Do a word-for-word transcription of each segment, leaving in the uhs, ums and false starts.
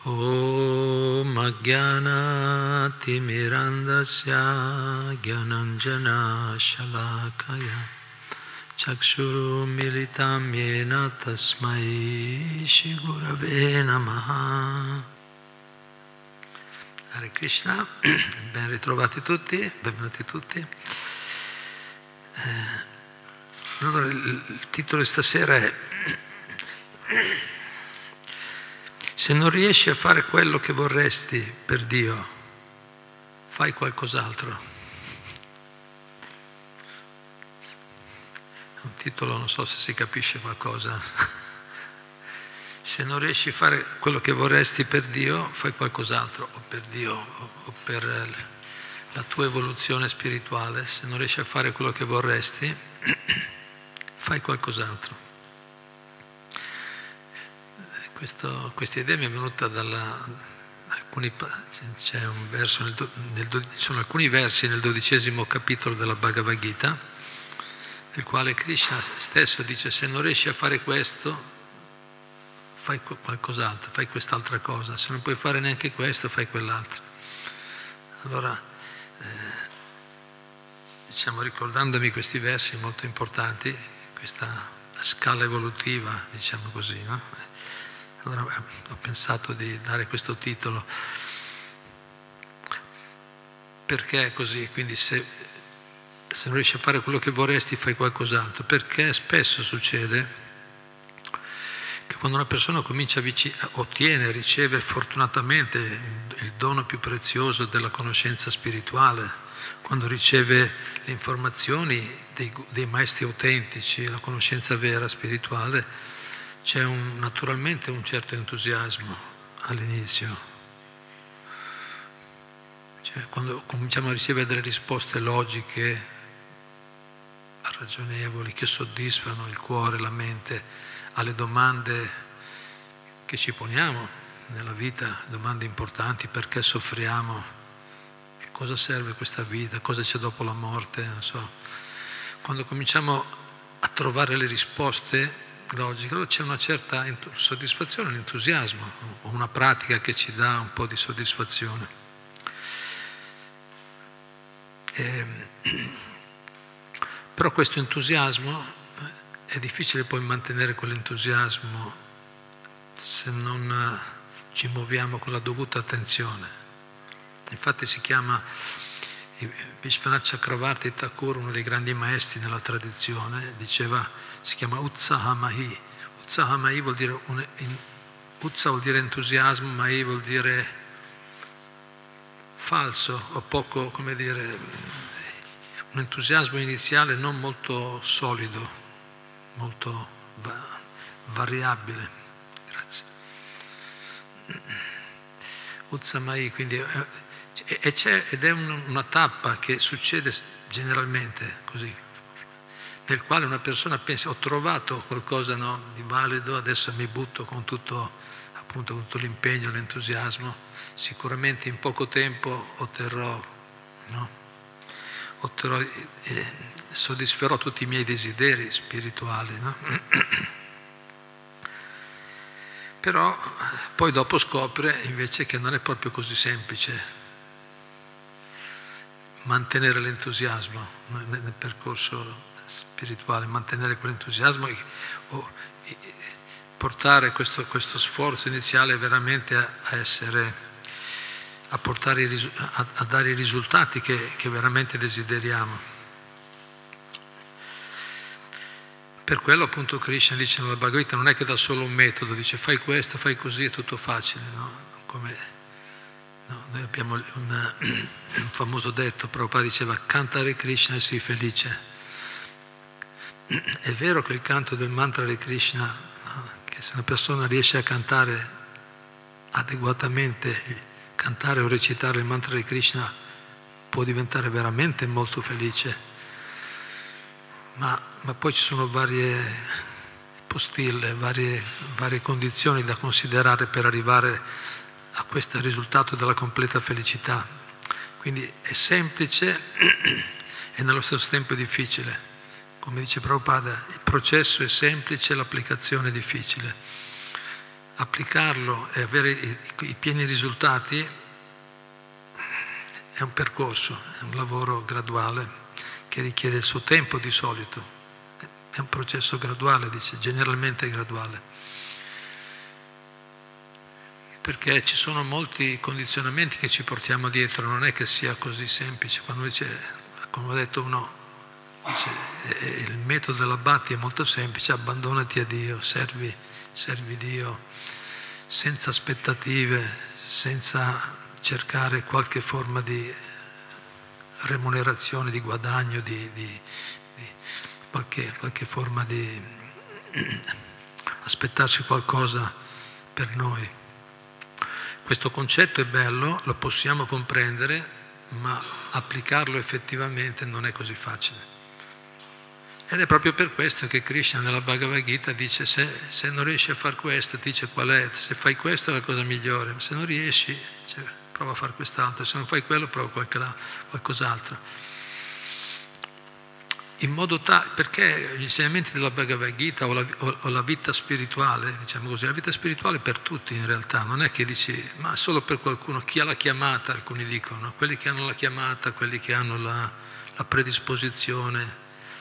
Om Ajnana-timirandasya Gyananjana Shalakaya Chakshuru militam yena tasmai Shri Gurave Namaha. Hare Krishna, ben ritrovati tutti, benvenuti tutti. Eh, allora, il, il titolo di stasera è Se non riesci a fare quello che vorresti per Dio, fai qualcos'altro. Un titolo, non so se si capisce qualcosa. Se non riesci a fare quello che vorresti per Dio, fai qualcos'altro, o per Dio, o per la tua evoluzione spirituale. Se non riesci a fare quello che vorresti, fai qualcos'altro. Questo, questa idea mi è venuta dalla alcuni, c'è un verso nel, nel, sono alcuni versi nel dodicesimo capitolo della Bhagavad Gita, nel quale Krishna stesso dice: se non riesci a fare questo, fai qualcos'altro, fai quest'altra cosa, se non puoi fare neanche questo, fai quell'altro. Allora, eh, diciamo, ricordandomi questi versi molto importanti, questa scala evolutiva, diciamo così, no? Allora ho pensato di dare questo titolo. Perché è così? Quindi se, se non riesci a fare quello che vorresti, fai qualcos'altro. Perché spesso succede che quando una persona comincia a vicin- ottiene, riceve fortunatamente il dono più prezioso della conoscenza spirituale, quando riceve le informazioni dei, dei maestri autentici, la conoscenza vera spirituale, c'è un, naturalmente un certo entusiasmo all'inizio. Cioè, quando cominciamo a ricevere delle risposte logiche, ragionevoli, che soddisfano il cuore, la mente, alle domande che ci poniamo nella vita, domande importanti: perché soffriamo, cosa serve questa vita, cosa c'è dopo la morte, non so. Quando cominciamo a trovare le risposte logiche, allora c'è una certa soddisfazione, un entusiasmo, o una pratica che ci dà un po' di soddisfazione. E, però questo entusiasmo, è difficile poi mantenere quell'entusiasmo se non ci muoviamo con la dovuta attenzione. Infatti si chiama Vishwanath Chakravarti Thakur, uno dei grandi maestri nella tradizione, diceva, si chiama Utsaha Mahi. Utsaha Mahi vuol dire, un, in, Utsa vuol dire entusiasmo, Mahi vuol dire falso, o poco, come dire, un entusiasmo iniziale non molto solido, molto va, variabile. Grazie. Utsa Mahi, quindi... E c'è, ed è un, una tappa che succede generalmente così, nel quale una persona pensa: ho trovato qualcosa, no, di valido, adesso mi butto con tutto, appunto, con tutto l'impegno, l'entusiasmo, sicuramente in poco tempo otterrò, no? otterrò eh, soddisferò tutti i miei desideri spirituali, no? Però poi dopo scopre invece che non è proprio così semplice mantenere l'entusiasmo nel percorso spirituale, mantenere quell'entusiasmo e, o, e portare questo, questo sforzo iniziale veramente a, a essere, a portare i, a, a dare i risultati che, che veramente desideriamo. Per quello appunto Krishna dice nella Bhagavad Gita, non è che dà solo un metodo, dice fai questo, fai così, è tutto facile, no? Come No, noi abbiamo un, un famoso detto, Prabhupada diceva: cantare Krishna e sii felice. È vero che il canto del mantra di Krishna, no? Che se una persona riesce a cantare adeguatamente, cantare o recitare il mantra di Krishna, può diventare veramente molto felice. Ma, ma poi ci sono varie postille, varie, varie condizioni da considerare per arrivare a questo risultato della completa felicità. Quindi è semplice e nello stesso tempo è difficile. Come dice Prabhupada, il processo è semplice, l'applicazione è difficile. applicarlo e avere i, i pieni risultati è un percorso, è un lavoro graduale che richiede il suo tempo di solito. È un processo graduale, dice, generalmente graduale. Perché ci sono molti condizionamenti che ci portiamo dietro, non è che sia così semplice. Quando dice, come ho detto uno, dice, eh, il metodo dell'abbatti è molto semplice: abbandonati a Dio, servi, servi Dio, senza aspettative, senza cercare qualche forma di remunerazione, di guadagno, di, di, di qualche, qualche forma di aspettarci qualcosa per noi. Questo concetto è bello, lo possiamo comprendere, ma applicarlo effettivamente non è così facile. Ed è proprio per questo che Krishna nella Bhagavad Gita dice: se, se non riesci a fare questo, ti dice qual è, se fai questo è la cosa migliore, se non riesci, cioè, prova a fare quest'altro, se non fai quello prova qualche, qualcos'altro. In modo tale, perché gli insegnamenti della Bhagavad Gita o la, o, o la vita spirituale, diciamo così, la vita spirituale è per tutti in realtà, non è che dici, ma solo per qualcuno, chi ha la chiamata, alcuni dicono, quelli che hanno la chiamata, quelli che hanno la, la predisposizione.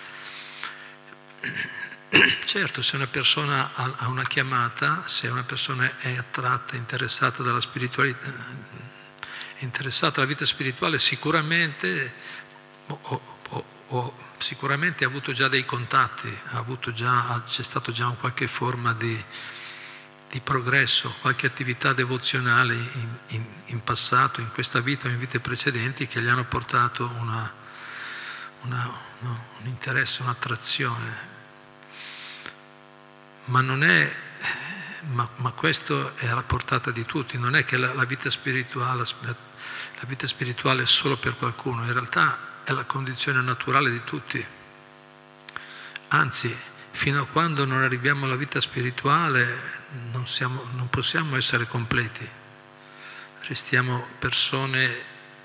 Certo, se una persona ha, ha una chiamata, se una persona è attratta, interessata dalla spiritualità, è interessata alla vita spirituale, sicuramente o, o, o sicuramente ha avuto già dei contatti, ha avuto già, c'è stato già un qualche forma di, di progresso, qualche attività devozionale in, in, in passato, in questa vita o in vite precedenti, che gli hanno portato una, una, no, un interesse, un'attrazione. Ma non è, ma, ma questo è alla portata di tutti, non è che la, la vita spirituale, la vita spirituale è solo per qualcuno, in realtà è la condizione naturale di tutti. Anzi, fino a quando non arriviamo alla vita spirituale non, siamo, non possiamo essere completi. Restiamo persone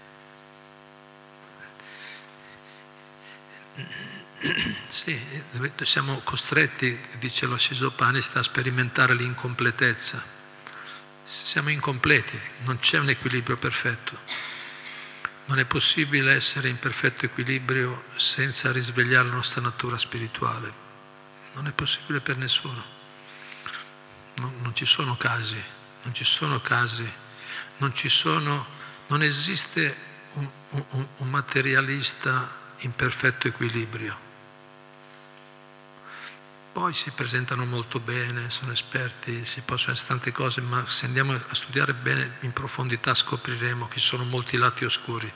sì, siamo costretti, dice lo Shishopanishad, a sperimentare l'incompletezza. Siamo incompleti, non c'è un equilibrio perfetto. Non è possibile essere in perfetto equilibrio senza risvegliare la nostra natura spirituale. Non è possibile per nessuno. Non, non ci sono casi, non ci sono casi, non ci sono, non esiste un, un, un materialista in perfetto equilibrio. Poi si presentano molto bene, sono esperti, si possono essere tante cose, ma se andiamo a studiare bene in profondità scopriremo che ci sono molti lati oscuri.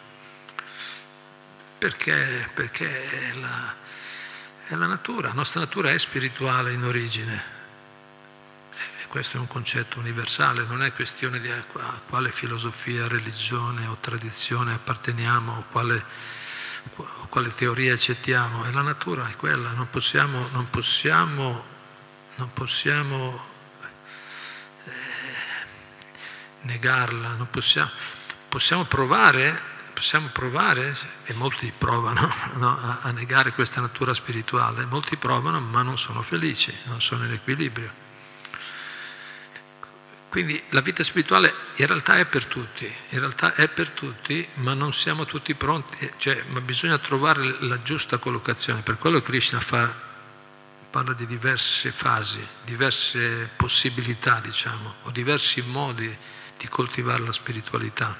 Perché? Perché è la, è la natura, la nostra natura è spirituale in origine. E questo è un concetto universale, non è questione di a quale filosofia, religione o tradizione apparteniamo o quale... quale teoria accettiamo, è la natura, è quella, non possiamo, non possiamo, non possiamo eh, negarla, non possiamo, possiamo provare, possiamo provare, e molti provano no, a, a negare questa natura spirituale, molti provano ma non sono felici, non sono in equilibrio. Quindi la vita spirituale in realtà è per tutti, in realtà è per tutti, ma non siamo tutti pronti, cioè, ma bisogna trovare la giusta collocazione. Per quello Krishna fa, parla di diverse fasi, diverse possibilità, diciamo, o diversi modi di coltivare la spiritualità.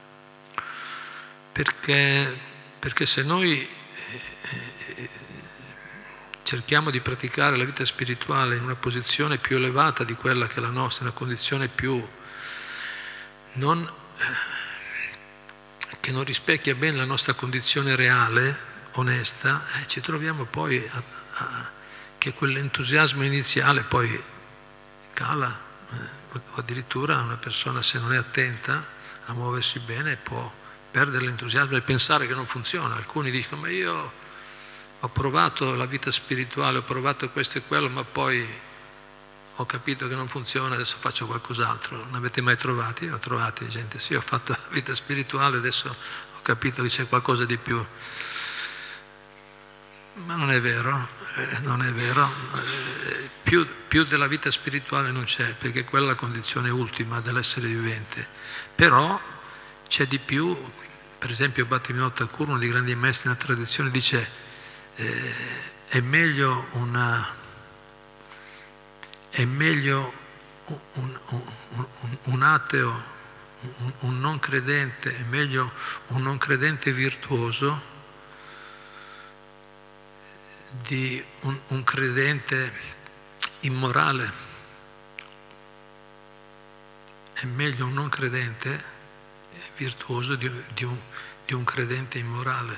Perché, perché se noi cerchiamo di praticare la vita spirituale in una posizione più elevata di quella che è la nostra, una condizione più non, che non rispecchia bene la nostra condizione reale, onesta, eh, ci troviamo poi a, a, che quell'entusiasmo iniziale poi cala, eh, o addirittura una persona, se non è attenta a muoversi bene, può perdere l'entusiasmo e pensare che non funziona. Alcuni dicono: ma io ho provato la vita spirituale, ho provato questo e quello, ma poi ho capito che non funziona, adesso faccio qualcos'altro. Non avete mai trovati? Ho trovati gente, sì, ho fatto la vita spirituale, adesso ho capito che c'è qualcosa di più. Ma non è vero, eh, non è vero. Eh, più, più della vita spirituale non c'è, perché quella è la condizione ultima dell'essere vivente. Però c'è di più, per esempio Bhaktivinoda Thakur, uno dei grandi maestri nella tradizione, dice eh, è meglio una è meglio un, un, un, un, un ateo, un, un non credente, è meglio un non credente virtuoso di un, un credente immorale. È meglio un non credente virtuoso di, di, un, di un credente immorale.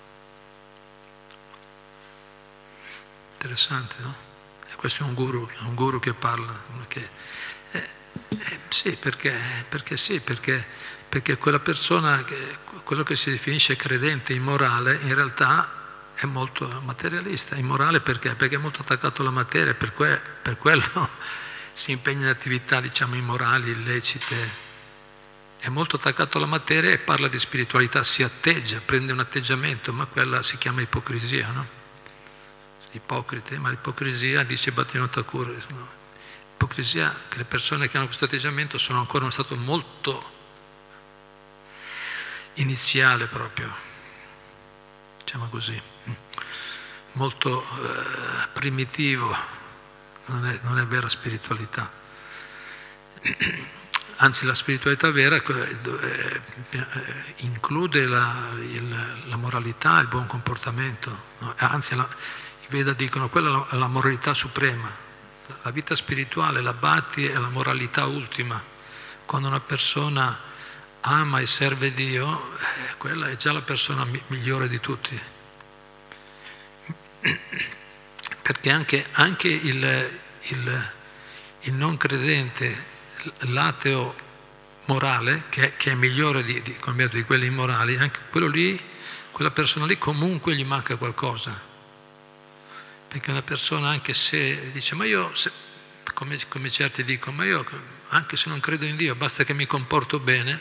Interessante, no? E questo è un guru, è un guru che parla. Che, eh, eh, sì, perché, perché sì, perché, perché quella persona, che, quello che si definisce credente immorale, in realtà è molto materialista. Immorale perché? Perché è molto attaccato alla materia, per, que, per quello si impegna in attività, diciamo, immorali, illecite. È molto attaccato alla materia e parla di spiritualità, si atteggia, prende un atteggiamento, ma quella si chiama ipocrisia, no? Ipocrite, ma l'ipocrisia, dice Bhaktivinoda Thakur, l'ipocrisia, che le persone che hanno questo atteggiamento sono ancora in uno stato molto iniziale proprio, diciamo così, molto eh, primitivo, non è, non è vera spiritualità. Anzi, la spiritualità vera eh, eh, include la, il, la moralità, il buon comportamento, no? Anzi, la, i Veda dicono quella è la moralità suprema. La vita spirituale, la bhakti, è la moralità ultima. Quando una persona ama e serve Dio, eh, quella è già la persona mi- migliore di tutti. Perché anche, anche il, il, il non credente, l'ateo morale, che, che è migliore di, di, di quelli immorali, anche quello lì, quella persona lì comunque gli manca qualcosa. Perché una persona, anche se dice, ma io, se, come, come certi dicono, ma io anche se non credo in Dio, basta che mi comporto bene,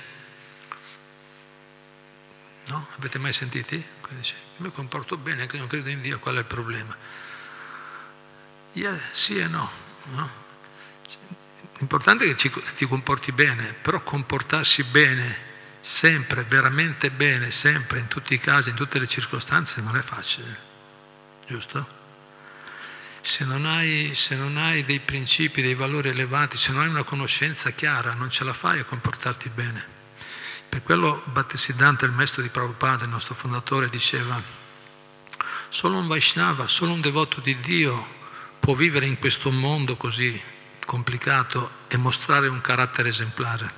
no? Avete mai sentiti? Dice, mi comporto bene, anche se non credo in Dio, qual è il problema? Yeah, sì e no, no? L'importante è che ci, ti comporti bene, però comportarsi bene, sempre, veramente bene, sempre, in tutti i casi, in tutte le circostanze, non è facile, giusto? Se non hai, se non hai dei principi, dei valori elevati, se non hai una conoscenza chiara, non ce la fai a comportarti bene. Per quello Bhaktisiddhanta, il maestro di Prabhupada, il nostro fondatore, diceva: solo un Vaishnava, solo un devoto di Dio può vivere in questo mondo così complicato e mostrare un carattere esemplare.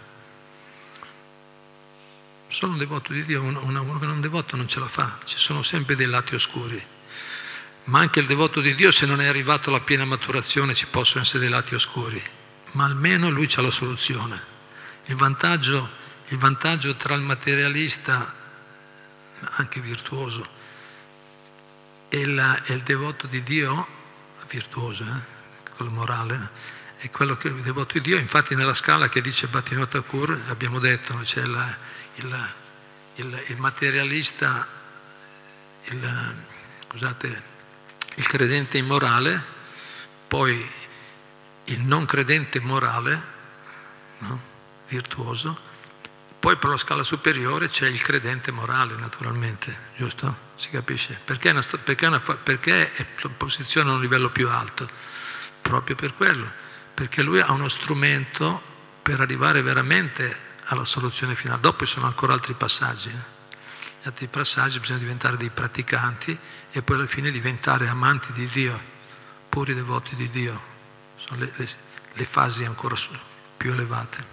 Solo un devoto di Dio, uno, uno che non è devoto non ce la fa, ci sono sempre dei lati oscuri. Ma anche il devoto di Dio, se non è arrivato alla piena maturazione, ci possono essere dei lati oscuri, ma almeno lui c'ha la soluzione. Il vantaggio, il vantaggio tra il materialista, anche virtuoso, e, la, e il devoto di Dio, virtuoso, eh, quello morale, è quello che il devoto di Dio. Infatti nella scala che dice Bhaktivinoda Thakur, abbiamo detto, c'è la, il, il, il materialista, il, scusate, il credente immorale, poi il non credente morale, no? Virtuoso, poi per la scala superiore c'è il credente morale, naturalmente, giusto? Si capisce? Perché, una, perché, una, perché è posizione a un livello più alto? Proprio per quello, perché lui ha uno strumento per arrivare veramente alla soluzione finale. Dopo ci sono ancora altri passaggi, eh? Gli altri passaggi bisogna diventare dei praticanti e poi alla fine diventare amanti di Dio, puri devoti di Dio. Sono le, le, le fasi ancora più elevate.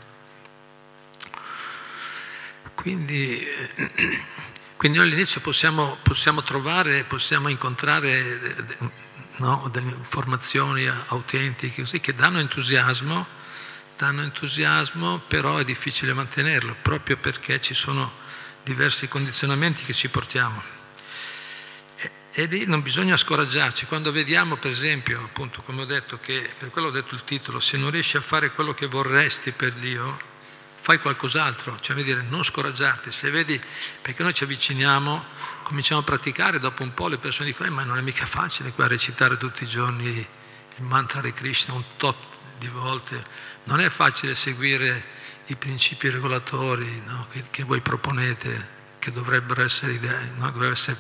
Quindi, quindi noi all'inizio possiamo, possiamo trovare, possiamo incontrare, no, delle informazioni autentiche così, che danno entusiasmo, danno entusiasmo, però è difficile mantenerlo, proprio perché ci sono diversi condizionamenti che ci portiamo. E, e lì non bisogna scoraggiarci. Quando vediamo, per esempio, appunto, come ho detto, che per quello ho detto il titolo, se non riesci a fare quello che vorresti per Dio, fai qualcos'altro, cioè vuol dire non scoraggiarti, se vedi, perché noi ci avviciniamo, cominciamo a praticare, dopo un po' le persone dicono eh, ma non è mica facile qua recitare tutti i giorni il mantra di Krishna un tot di volte, non è facile seguire i principi regolatori, no, che, che voi proponete, che dovrebbero essere, no, dovrebbero essere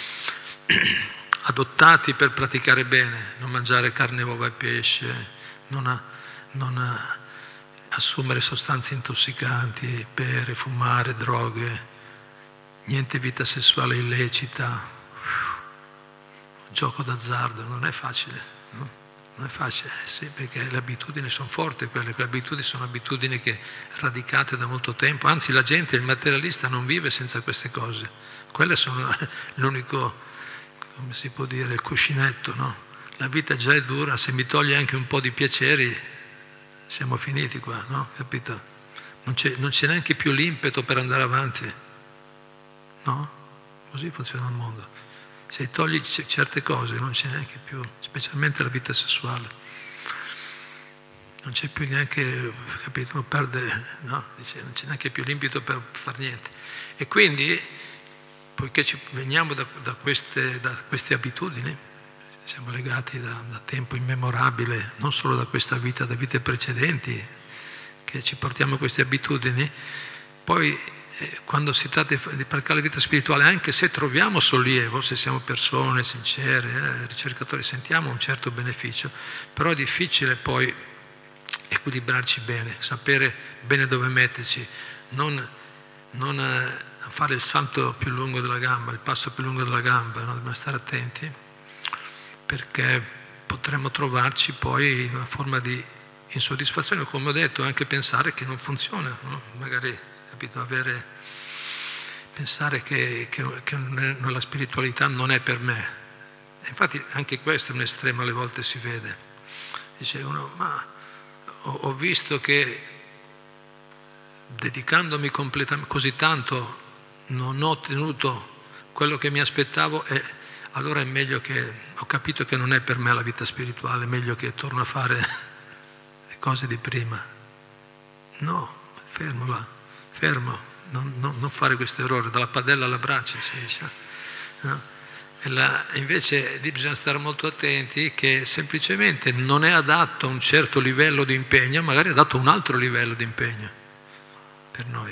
adottati per praticare bene, non mangiare carne, uova e pesce, non, a, non a assumere sostanze intossicanti, bere, fumare, droghe, niente vita sessuale illecita, gioco d'azzardo, non è facile, no? Non è facile, eh sì, perché le abitudini sono forti, quelle, quelle abitudini sono abitudini che radicate da molto tempo, anzi la gente, il materialista non vive senza queste cose, quelle sono l'unico, come si può dire, il cuscinetto, no? La vita già è dura, se mi toglie anche un po' di piaceri siamo finiti qua, no? Capito? Non c'è, non c'è neanche più l'impeto per andare avanti, no? Così funziona il mondo. Se togli c- certe cose non c'è neanche più, specialmente la vita sessuale, non c'è più neanche, capito? Uno perde, no? Dice, non c'è neanche più l'impeto per far niente. E quindi, poiché ci, veniamo da, da, queste, da queste abitudini, siamo legati da, da tempo immemorabile, non solo da questa vita, da vite precedenti, che ci portiamo queste abitudini, poi eh, quando si tratta di, di praticare la vita spirituale, anche se troviamo sollievo, se siamo persone sincere, eh, ricercatori, sentiamo un certo beneficio, però è difficile poi equilibrarci bene, sapere bene dove metterci, non, non eh, fare il salto più lungo della gamba, il passo più lungo della gamba, no? Dobbiamo stare attenti, perché potremmo trovarci poi in una forma di insoddisfazione, come ho detto, anche pensare che non funziona, no? Magari, capito, avere, pensare che, che, che non è, la spiritualità non è per me. E infatti anche questo è un estremo, alle volte si vede. Dice uno, ma ho, ho visto che dedicandomi completamente così tanto non ho ottenuto quello che mi aspettavo e allora è meglio che, ho capito che non è per me la vita spirituale, è meglio che torno a fare le cose di prima. No, fermo là, fermo, non, non, non fare questo errore, dalla padella alla brace si dice. No? E la, invece lì bisogna stare molto attenti che semplicemente non è adatto a un certo livello di impegno, magari è adatto a un altro livello di impegno per noi.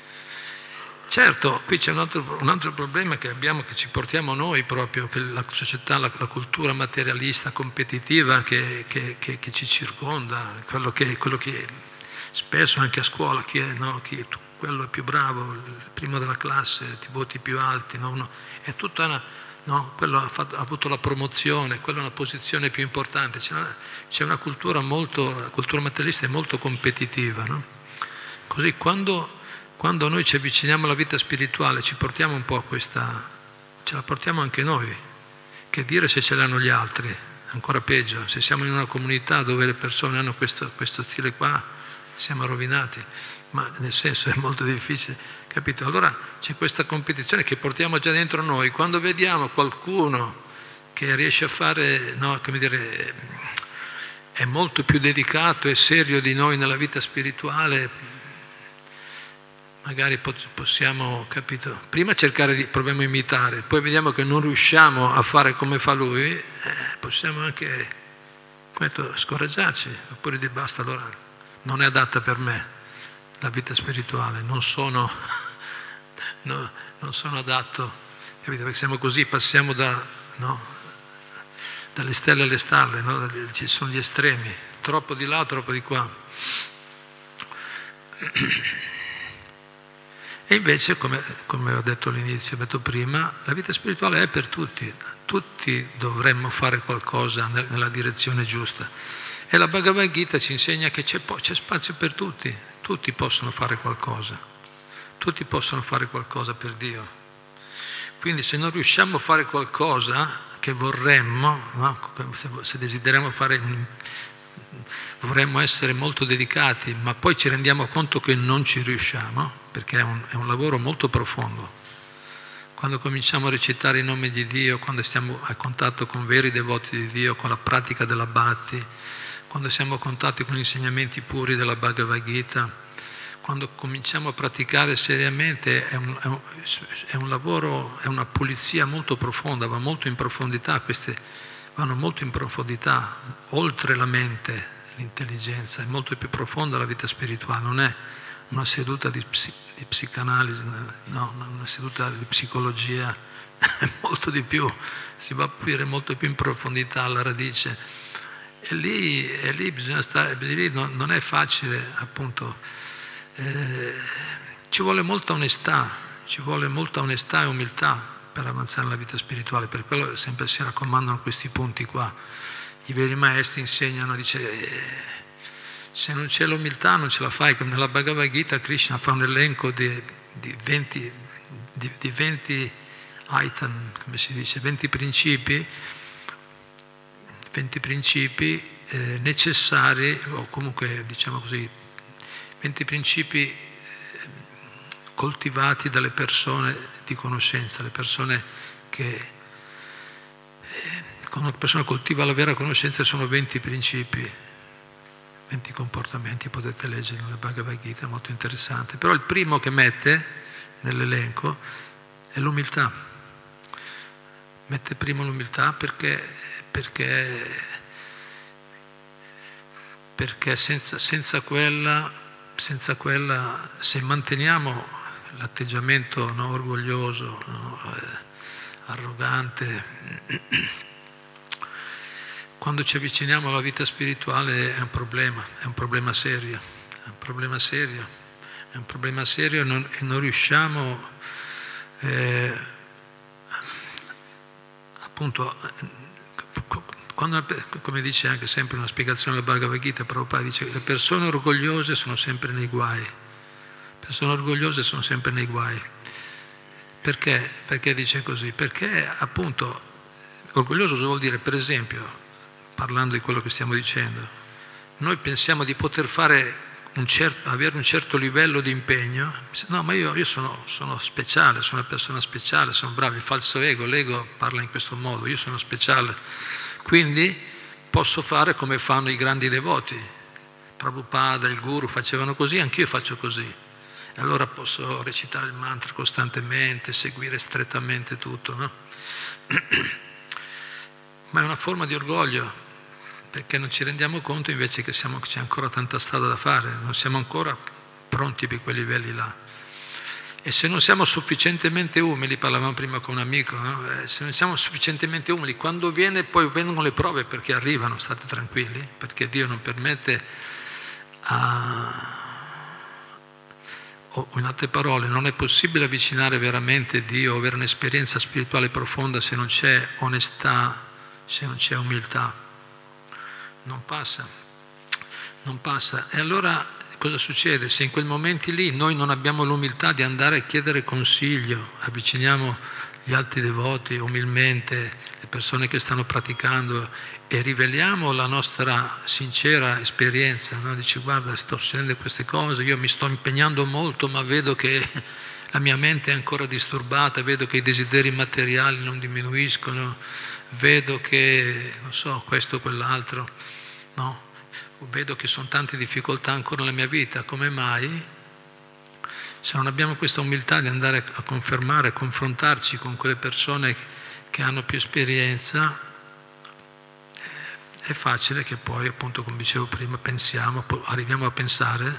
Certo, qui c'è un altro, un altro problema che abbiamo, che ci portiamo noi proprio, che la società, la, la cultura materialista, competitiva che, che, che, che ci circonda, quello che, quello che spesso anche a scuola, chi è, no, chi, quello è più bravo, il primo della classe, ti voti più alti, no, no, è tutta una, no, quello ha, fatto, ha avuto la promozione, quello è una posizione più importante, c'è una, c'è una cultura molto, la cultura materialista è molto competitiva, no? Così quando... Quando noi ci avviciniamo alla vita spirituale ci portiamo un po' a questa, ce la portiamo anche noi, che dire se ce l'hanno gli altri, ancora peggio, se siamo in una comunità dove le persone hanno questo, questo stile qua, siamo rovinati, ma nel senso è molto difficile, capito? Allora c'è questa competizione che portiamo già dentro noi, quando vediamo qualcuno che riesce a fare, no, come dire, è molto più dedicato e serio di noi nella vita spirituale, magari possiamo, capito, prima cercare di, proviamo a imitare, poi vediamo che non riusciamo a fare come fa lui, eh, possiamo anche questo, scoraggiarci, oppure dire basta, allora non è adatta per me la vita spirituale, non sono, no, non sono adatto, capito, perché siamo così, passiamo da, no, dalle stelle alle stalle, no? Ci sono gli estremi, troppo di là, troppo di qua. E invece, come, come ho detto all'inizio, ho detto prima, la vita spirituale è per tutti, tutti dovremmo fare qualcosa nella direzione giusta. E la Bhagavad Gita ci insegna che c'è, c'è spazio per tutti, tutti possono fare qualcosa, tutti possono fare qualcosa per Dio. Quindi se non riusciamo a fare qualcosa che vorremmo, no? se, se desideriamo fare, vorremmo essere molto dedicati, ma poi ci rendiamo conto che non ci riusciamo, perché è un, è un lavoro molto profondo. Quando cominciamo a recitare i nomi di Dio, quando stiamo a contatto con veri devoti di Dio, con la pratica della Bhakti, quando siamo a contatto con gli insegnamenti puri della Bhagavad Gita, quando cominciamo a praticare seriamente, è un, è un, è un lavoro, è una pulizia molto profonda, va molto in profondità, queste vanno molto in profondità, oltre la mente, l'intelligenza, è molto più profonda la vita spirituale, non è una seduta di, psi, di psicanalisi, no, una seduta di psicologia, è molto di più, si va a aprire molto più in profondità alla radice. E lì, e lì bisogna stare, lì non, non è facile, appunto, eh, ci vuole molta onestà, ci vuole molta onestà e umiltà per avanzare nella vita spirituale, per quello sempre si raccomandano questi punti qua. I veri maestri insegnano, dice, eh, se non c'è l'umiltà non ce la fai. Nella Bhagavad Gita Krishna fa un elenco di, di, venti, di, di venti item, come si dice, venti principi, venti principi eh, necessari, o comunque diciamo così, venti principi eh, coltivati dalle persone di conoscenza, le persone che eh, quando una persona coltiva la vera conoscenza sono venti principi, venti comportamenti, potete leggere nella Bhagavad Gita, è molto interessante. Però il primo che mette nell'elenco è l'umiltà. Mette prima l'umiltà perché, perché, perché senza, senza, quella, senza quella, se manteniamo l'atteggiamento no, orgoglioso, no, eh, arrogante, quando ci avviciniamo alla vita spirituale è un problema, è un problema serio, è un problema serio, è un problema serio e non, e non riusciamo eh, appunto, quando, come dice anche sempre una spiegazione della Bhagavad Gita, Prabhupada dice che le persone orgogliose sono sempre nei guai, le persone orgogliose sono sempre nei guai. Perché? Perché dice così? Perché appunto orgoglioso vuol dire, per esempio, parlando di quello che stiamo dicendo, noi pensiamo di poter fare un certo, avere un certo livello di impegno, no, ma io, io sono, sono speciale, sono una persona speciale, sono bravo, il falso ego, l'ego parla in questo modo, io sono speciale, quindi posso fare come fanno i grandi devoti, Prabhupada, il guru facevano così, anch'io faccio così, e allora posso recitare il mantra costantemente, seguire strettamente tutto, no? Ma è una forma di orgoglio, perché non ci rendiamo conto invece che siamo, c'è ancora tanta strada da fare, non siamo ancora pronti per quei livelli là. E se non siamo sufficientemente umili, parlavamo prima con un amico, no? eh, se non siamo sufficientemente umili, quando viene, poi vengono le prove, perché arrivano, state tranquilli, perché Dio non permette a... o in altre parole, non è possibile avvicinare veramente Dio o avere un'esperienza spirituale profonda se non c'è onestà, se non c'è umiltà. Non passa, non passa. E allora cosa succede? Se in quei momenti lì noi non abbiamo l'umiltà di andare a chiedere consiglio, avviciniamo gli altri devoti umilmente, le persone che stanno praticando e riveliamo la nostra sincera esperienza, no? Dici guarda, sto succedendo queste cose, io mi sto impegnando molto ma vedo che la mia mente è ancora disturbata, vedo che i desideri materiali non diminuiscono, vedo che, non so, questo o quell'altro, no? Vedo che sono tante difficoltà ancora nella mia vita, come mai? Se non abbiamo questa umiltà di andare a confermare, a confrontarci con quelle persone che hanno più esperienza, è facile che poi, appunto, come dicevo prima, pensiamo, arriviamo a pensare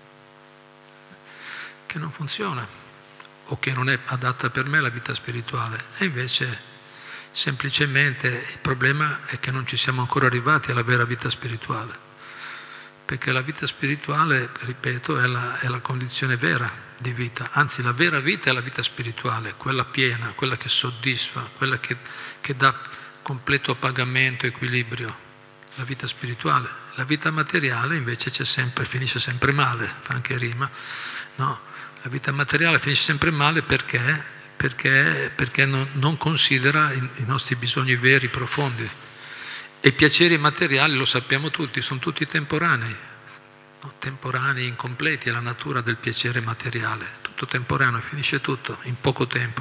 che non funziona o che non è adatta per me la vita spirituale. E invece semplicemente il problema è che non ci siamo ancora arrivati alla vera vita spirituale, perché la vita spirituale, ripeto, è la, è la condizione vera di vita, anzi la vera vita è la vita spirituale, quella piena, quella che soddisfa, quella che, che dà completo appagamento, equilibrio, la vita spirituale. La vita materiale invece c'è sempre, finisce sempre male, fa anche rima, no? La vita materiale finisce sempre male perché perché, perché non, non considera i, i nostri bisogni veri, profondi. E i piaceri materiali, lo sappiamo tutti, sono tutti temporanei, no? Temporanei, incompleti, è la natura del piacere materiale, tutto temporaneo, finisce tutto in poco tempo.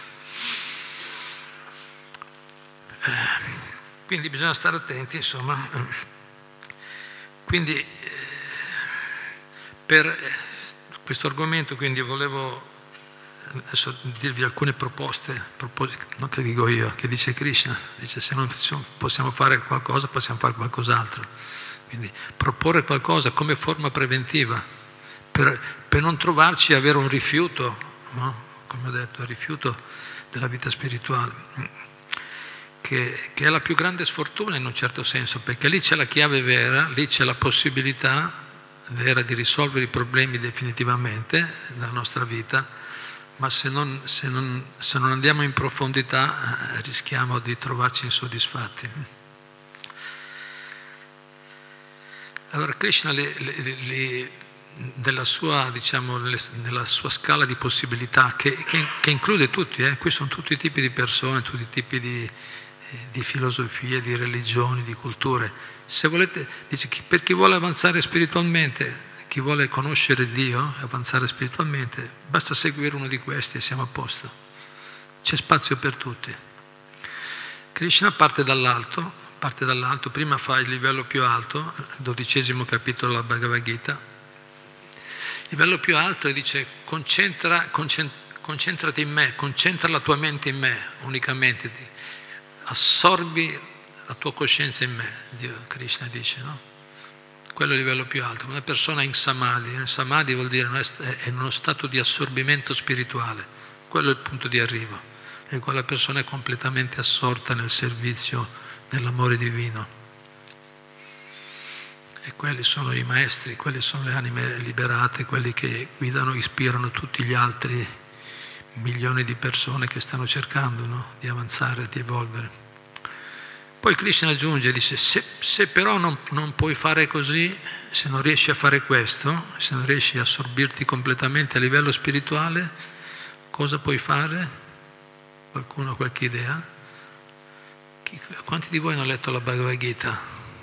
Eh, quindi bisogna stare attenti, insomma. Quindi, eh, per... questo argomento, quindi volevo adesso dirvi alcune proposte, proposte, non che dico io, che dice Krishna, dice se non possiamo fare qualcosa possiamo fare qualcos'altro, quindi proporre qualcosa come forma preventiva per, per non trovarci a avere un rifiuto, no? Come ho detto, il rifiuto della vita spirituale, che, che è la più grande sfortuna in un certo senso, perché lì c'è la chiave vera, lì c'è la possibilità vera di risolvere i problemi definitivamente nella nostra vita, ma se non, se non, se non andiamo in profondità eh, rischiamo di trovarci insoddisfatti. Allora Krishna li, li, li, della sua, diciamo, nella sua scala di possibilità, che, che, che include tutti, eh, qui sono tutti i tipi di persone, tutti i tipi di, di filosofie, di religioni, di culture. Se volete, dice, per chi vuole avanzare spiritualmente, chi vuole conoscere Dio, avanzare spiritualmente, basta seguire uno di questi e siamo a posto. C'è spazio per tutti. Krishna parte dall'alto, parte dall'alto, prima fa il livello più alto, il dodicesimo capitolo della Bhagavad Gita. Il livello più alto e dice concentra, concentra, concentrati in me, concentra la tua mente in me unicamente, assorbi la tua coscienza in me, Dio, Krishna dice, no? Quello è il livello più alto. Una persona in samadhi, in samadhi vuol dire è in uno stato di assorbimento spirituale, quello è il punto di arrivo, e quella persona è completamente assorta nel servizio, nell'amore divino. E quelli sono i maestri, quelli sono le anime liberate, quelli che guidano, ispirano tutti gli altri milioni di persone che stanno cercando, no? Di avanzare, di evolvere. Poi Krishna aggiunge, dice, se, se però non, non puoi fare così, se non riesci a fare questo, se non riesci a assorbirti completamente a livello spirituale, cosa puoi fare? Qualcuno ha qualche idea? Chi, quanti di voi hanno letto la Bhagavad Gita?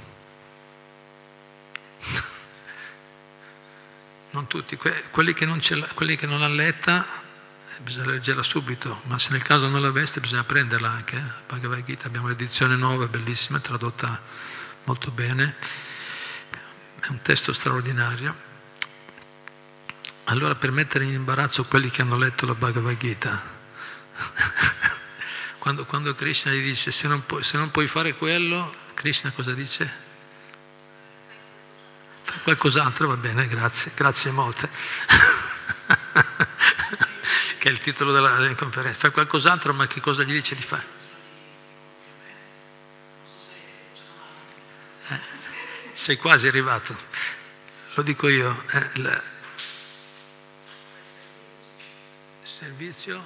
Non tutti, que, quelli, che non ce la, quelli che non l'hanno letta, bisogna leggerla subito, ma se nel caso non l'aveste bisogna prenderla anche. Eh? Bhagavad Gita, abbiamo l'edizione nuova, bellissima, tradotta molto bene, è un testo straordinario. Allora, per mettere in imbarazzo quelli che hanno letto la Bhagavad Gita, quando, quando Krishna gli dice se non, puoi, se non puoi fare quello, Krishna cosa dice? Fai qualcos'altro, va bene, grazie, grazie molte. Che è il titolo della conferenza. Fai qualcos'altro, ma che cosa gli dice di fare? Eh, sei quasi arrivato. Lo dico io. Eh, il servizio?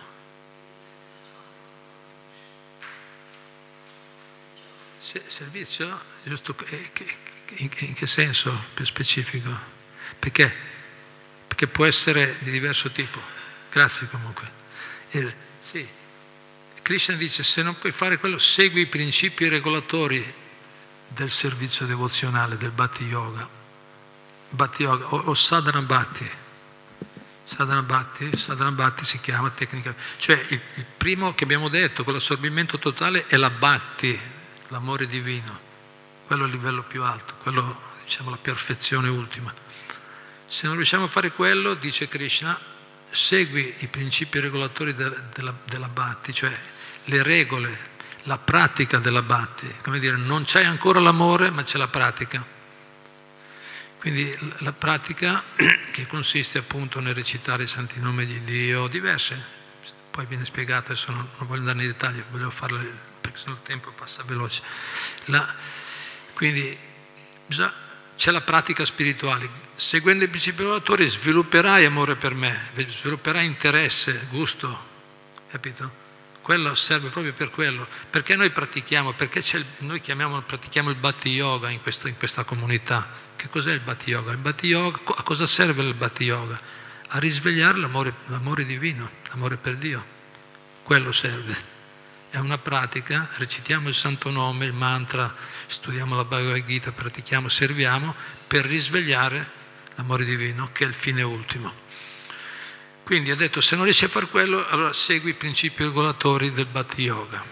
Se, servizio? Giusto? Eh, che, in, in che senso più specifico? Perché? Perché può essere di diverso tipo. Grazie comunque. Eh, sì. Krishna dice, se non puoi fare quello, segui i principi regolatori del servizio devozionale, del Bhakti Yoga. Bhakti Yoga o, o Sadhana Bhakti. Sadhana Bhakti, Sadhana Bhakti si chiama tecnica. Cioè il, il primo che abbiamo detto, con l'assorbimento totale, è la Bhakti, l'amore divino. Quello è il livello più alto, quello, diciamo, la perfezione ultima. Se non riusciamo a fare quello, dice Krishna, segui i principi regolatori de, della, della Bhakti, cioè le regole, la pratica della Bhakti. Come dire, non c'è ancora l'amore, ma c'è la pratica. Quindi la pratica che consiste appunto nel recitare i santi nomi di Dio, diverse, poi viene spiegato, adesso non, non voglio andare nei dettagli, voglio farlo perché sennò il tempo passa veloce. La, quindi bisogna, c'è la pratica spirituale. Seguendo i principi regolatori svilupperai amore per me, svilupperai interesse, gusto, capito? Quello serve proprio per quello. Perché noi pratichiamo? Perché c'è il, noi chiamiamo, pratichiamo il Bhakti Yoga in, questo, in questa comunità. Che cos'è il Bhakti Yoga? Il Bhakti Yoga, a cosa serve il Bhakti Yoga? A risvegliare l'amore, l'amore divino, l'amore per Dio. Quello serve. È una pratica, recitiamo il santo nome, il mantra, studiamo la Bhagavad Gita, pratichiamo, serviamo per risvegliare l'amore divino, che è il fine ultimo. Quindi ha detto, se non riesci a fare quello, allora segui i principi regolatori del Bhakti Yoga.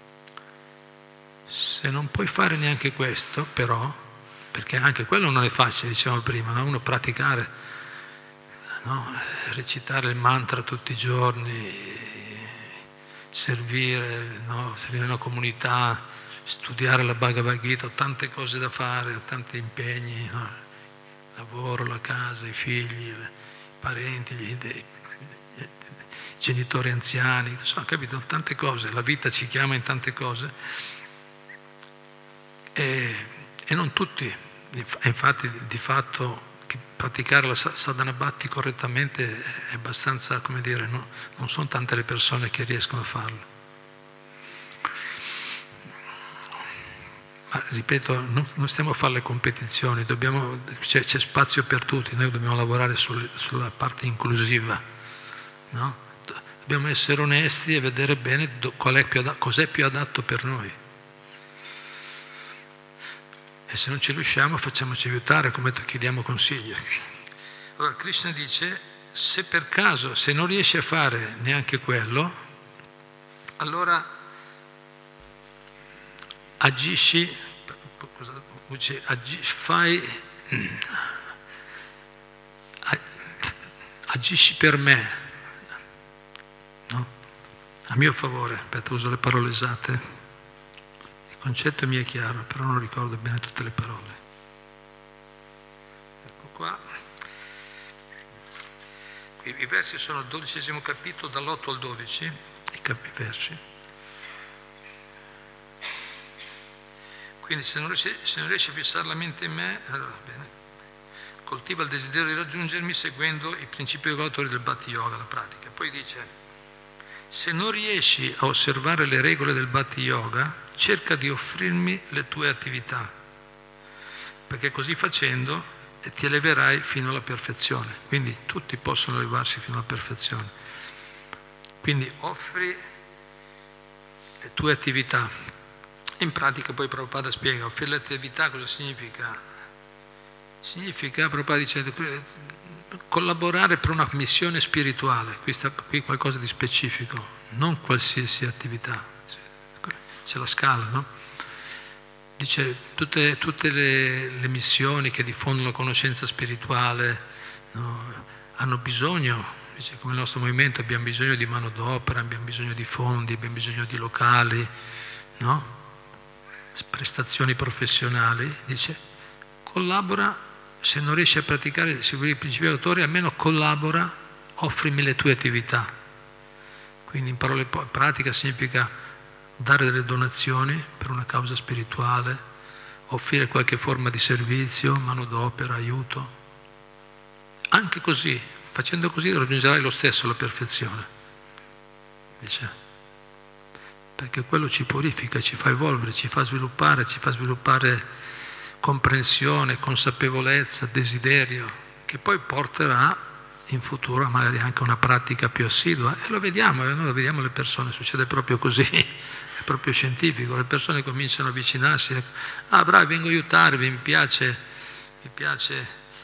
Se non puoi fare neanche questo, però, perché anche quello non è facile, dicevamo prima, no? Uno praticare, no? Recitare il mantra tutti i giorni, servire, no? Servire una comunità, studiare la Bhagavad Gita, ho tante cose da fare, ho tanti impegni, no? Il lavoro, la casa, i figli, i parenti, gli, i genitori anziani, insomma, capito? Tante cose, la vita ci chiama in tante cose e, e non tutti, infatti di fatto che praticare la sadhana bhakti correttamente è abbastanza, come dire, no? Non sono tante le persone che riescono a farlo. Ma ripeto, non, non stiamo a fare le competizioni, dobbiamo, c'è, c'è spazio per tutti, noi dobbiamo lavorare sul, sulla parte inclusiva, no? Dobbiamo essere onesti e vedere bene do, qual è più adatto, cos'è più adatto per noi. E se non ci riusciamo facciamoci aiutare, come chiediamo consigli. Allora Krishna dice, se per caso, se non riesci a fare neanche quello, allora agisci, agisci fai, agisci per me, no? A mio favore. Aspetta, uso le parole esatte. Il concetto mi è chiaro, però non ricordo bene tutte le parole. Ecco qua. I, i versi sono il dodicesimo capitolo, dall'otto al dodici, i, cap- i versi. Quindi se non, riesci, se non riesci a fissare la mente in me, allora bene. Coltiva il desiderio di raggiungermi seguendo i principi regolatori del Bhakti Yoga, la pratica. Poi dice, se non riesci a osservare le regole del Bhakti Yoga, cerca di offrirmi le tue attività, perché così facendo ti eleverai fino alla perfezione. Quindi tutti possono elevarsi fino alla perfezione. Quindi offri le tue attività. In pratica poi Prabhupada spiega, offrire le attività cosa significa? Significa, Prabhupada dice, collaborare per una missione spirituale, qui sta qui qualcosa di specifico, non qualsiasi attività. C'è la scala, no? Dice, tutte, tutte le, le missioni che diffondono la conoscenza spirituale, no, hanno bisogno, dice, come il nostro movimento abbiamo bisogno di manodopera, abbiamo bisogno di fondi, abbiamo bisogno di locali, no? Prestazioni professionali, dice, collabora, se non riesci a praticare, seguire i principi autori, almeno collabora, offrimi le tue attività. Quindi in parole pratica significa dare delle donazioni per una causa spirituale, offrire qualche forma di servizio, manodopera, aiuto. Anche così, facendo così raggiungerai lo stesso la perfezione, dice. Perché quello ci purifica, ci fa evolvere, ci fa sviluppare, ci fa sviluppare comprensione, consapevolezza, desiderio, che poi porterà in futuro magari anche una pratica più assidua. E lo vediamo, noi lo vediamo le persone, succede proprio così, è proprio scientifico, le persone cominciano a avvicinarsi, ah bravi, vengo a aiutarvi, mi piace, mi piace,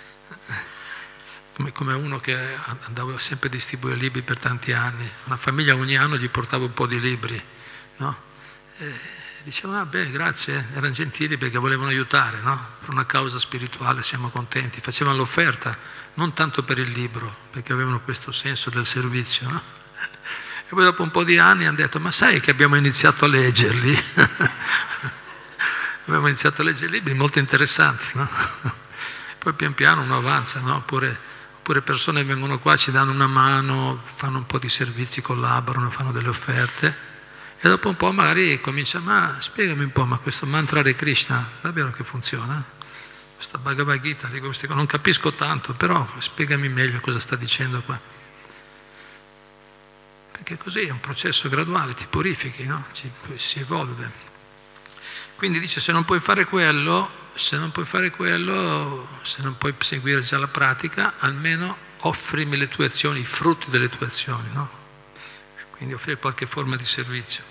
come, come uno che andava sempre a distribuire libri per tanti anni, una famiglia ogni anno gli portava un po' di libri, no? E dicevano, ah beh, grazie, erano gentili perché volevano aiutare, no? Per una causa spirituale, siamo contenti. Facevano l'offerta, non tanto per il libro, perché avevano questo senso del servizio, no? E poi dopo un po' di anni hanno detto, ma sai che abbiamo iniziato a leggerli? Abbiamo iniziato a leggere libri molto interessanti, no? Poi pian piano uno avanza, no? Oppure, oppure persone vengono qua, ci danno una mano, fanno un po' di servizi, collaborano, fanno delle offerte. E dopo un po' magari comincia, ma spiegami un po', ma questo mantra Hare Krishna, davvero che funziona? Questa Bhagavad Gita, dico, non capisco tanto, però spiegami meglio cosa sta dicendo qua. Perché così è un processo graduale, ti purifichi, no? Ci, si evolve. Quindi dice, se non puoi fare quello, se non puoi fare quello, se non puoi seguire già la pratica, almeno offrimi le tue azioni, i frutti delle tue azioni, no? Quindi offrire qualche forma di servizio.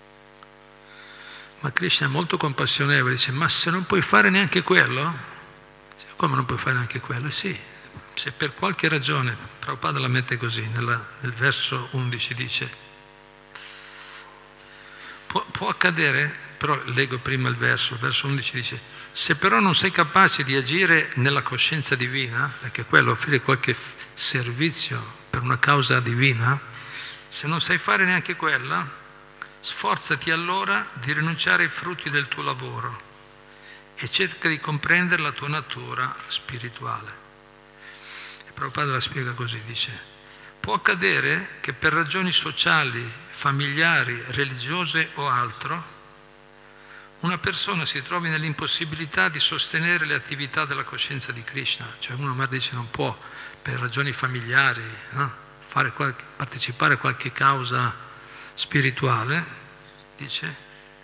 Ma Krishna è molto compassionevole, dice, ma se non puoi fare neanche quello? Come non puoi fare neanche quello? Sì, se per qualche ragione, Prabhupada la mette così, nella, nel verso undici dice, può, può accadere, però leggo prima il verso, il verso undici dice: se però non sei capace di agire nella coscienza divina, perché quello offrire qualche servizio per una causa divina, se non sai fare neanche quella, sforzati allora di rinunciare ai frutti del tuo lavoro e cerca di comprendere la tua natura spirituale. E Prabhupada la spiega così, dice: può accadere che per ragioni sociali, familiari, religiose o altro, una persona si trovi nell'impossibilità di sostenere le attività della coscienza di Krishna. Cioè uno magari dice non può, per ragioni familiari, no? Fare qualche, partecipare a qualche causa spirituale, dice,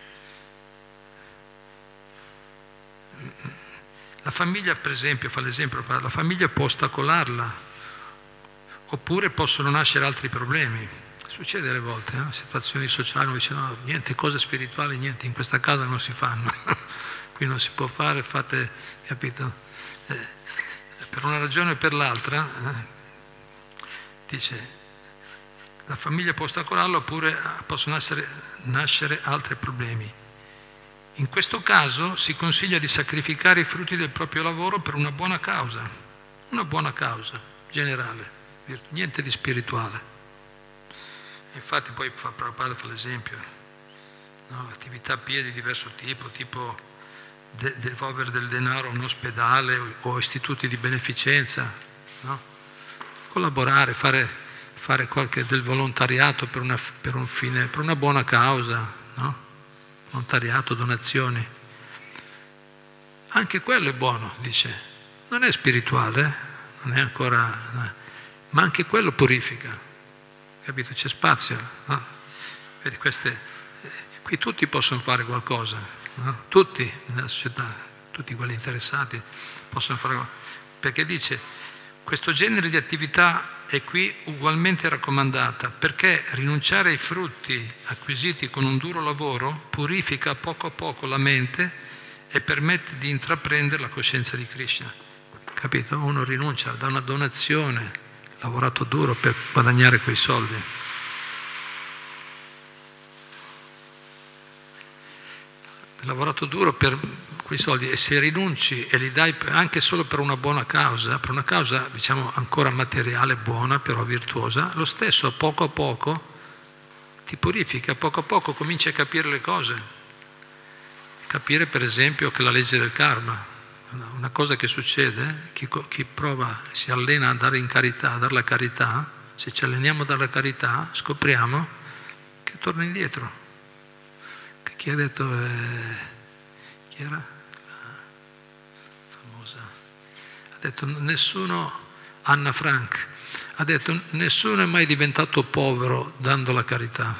la famiglia, per esempio, fa l'esempio, la famiglia può ostacolarla, oppure possono nascere altri problemi. Succede delle volte, eh? Situazioni sociali, uno dice no, niente, cose spirituali, niente, in questa casa non si fanno, qui non si può fare, fate, capito? Eh, per una ragione o per l'altra, eh? Dice, la famiglia può ostacolarlo oppure possono essere, nascere altri problemi. In questo caso si consiglia di sacrificare i frutti del proprio lavoro per una buona causa, una buona causa generale, niente di spirituale. Infatti poi Prabhupada fa l'esempio, no? Attività pie di diverso tipo, tipo de- devolvere del denaro a un ospedale o, o istituti di beneficenza, no? Collaborare, fare, fare qualche del volontariato per, una, per un fine, per una buona causa, no? Volontariato, donazioni. Anche quello è buono, dice. Non è spirituale, non è ancora, ma anche quello purifica. Capito? C'è spazio, no? Vedi, queste, qui tutti possono fare qualcosa, no? Tutti nella società, tutti quelli interessati possono fare qualcosa. Perché dice, questo genere di attività è qui ugualmente raccomandata, perché rinunciare ai frutti acquisiti con un duro lavoro purifica poco a poco la mente e permette di intraprendere la coscienza di Krishna. Capito? Uno rinuncia da una donazione, lavorato duro per guadagnare quei soldi. Lavorato duro per quei soldi, e se rinunci e li dai anche solo per una buona causa, per una causa diciamo ancora materiale buona, però virtuosa, lo stesso poco a poco ti purifica, poco a poco cominci a capire le cose. Capire per esempio che la legge del karma, una cosa che succede, chi, chi prova, si allena a dare in carità, a dare la carità, se ci alleniamo a dare la carità, scopriamo che torna indietro. Che chi ha detto, eh, chi era? La famosa, ha detto nessuno, Anna Frank, ha detto nessuno è mai diventato povero dando la carità.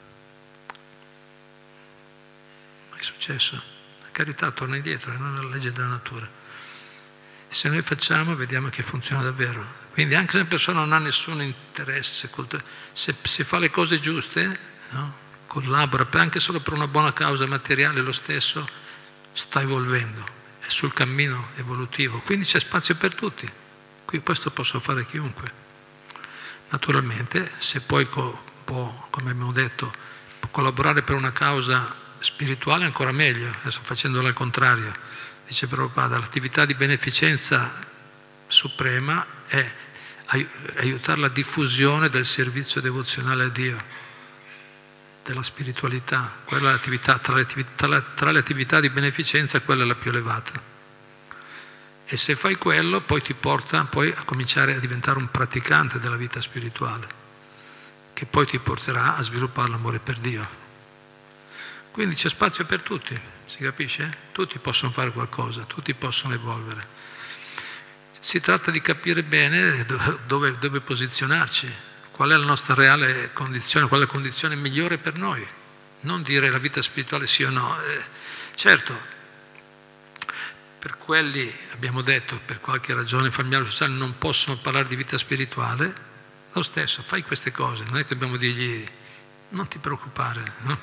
Mai successo. La carità torna indietro, non è la legge della natura. Se noi facciamo, vediamo che funziona davvero. Quindi anche se una persona non ha nessun interesse, se, se fa le cose giuste, no? Collabora, anche solo per una buona causa materiale, lo stesso sta evolvendo, è sul cammino evolutivo. Quindi c'è spazio per tutti. Qui questo posso fare chiunque. Naturalmente, se poi può, come abbiamo detto, può collaborare per una causa spirituale ancora meglio, adesso facendolo al contrario, dice Prabhupada, l'attività di beneficenza suprema è aiutare la diffusione del servizio devozionale a Dio, della spiritualità. Quella è l'attività, tra le attività, tra le, tra le attività di beneficenza quella è la più elevata. E se fai quello poi ti porta poi a cominciare a diventare un praticante della vita spirituale, che poi ti porterà a sviluppare l'amore per Dio. Quindi c'è spazio per tutti, si capisce? Tutti possono fare qualcosa, tutti possono evolvere. Si tratta di capire bene dove, dove posizionarci, qual è la nostra reale condizione, qual è la condizione migliore per noi. Non dire la vita spirituale sì o no. Eh, certo, per quelli, abbiamo detto, per qualche ragione familiare o sociale non possono parlare di vita spirituale, lo stesso, fai queste cose, non è che dobbiamo dirgli non ti preoccupare, no?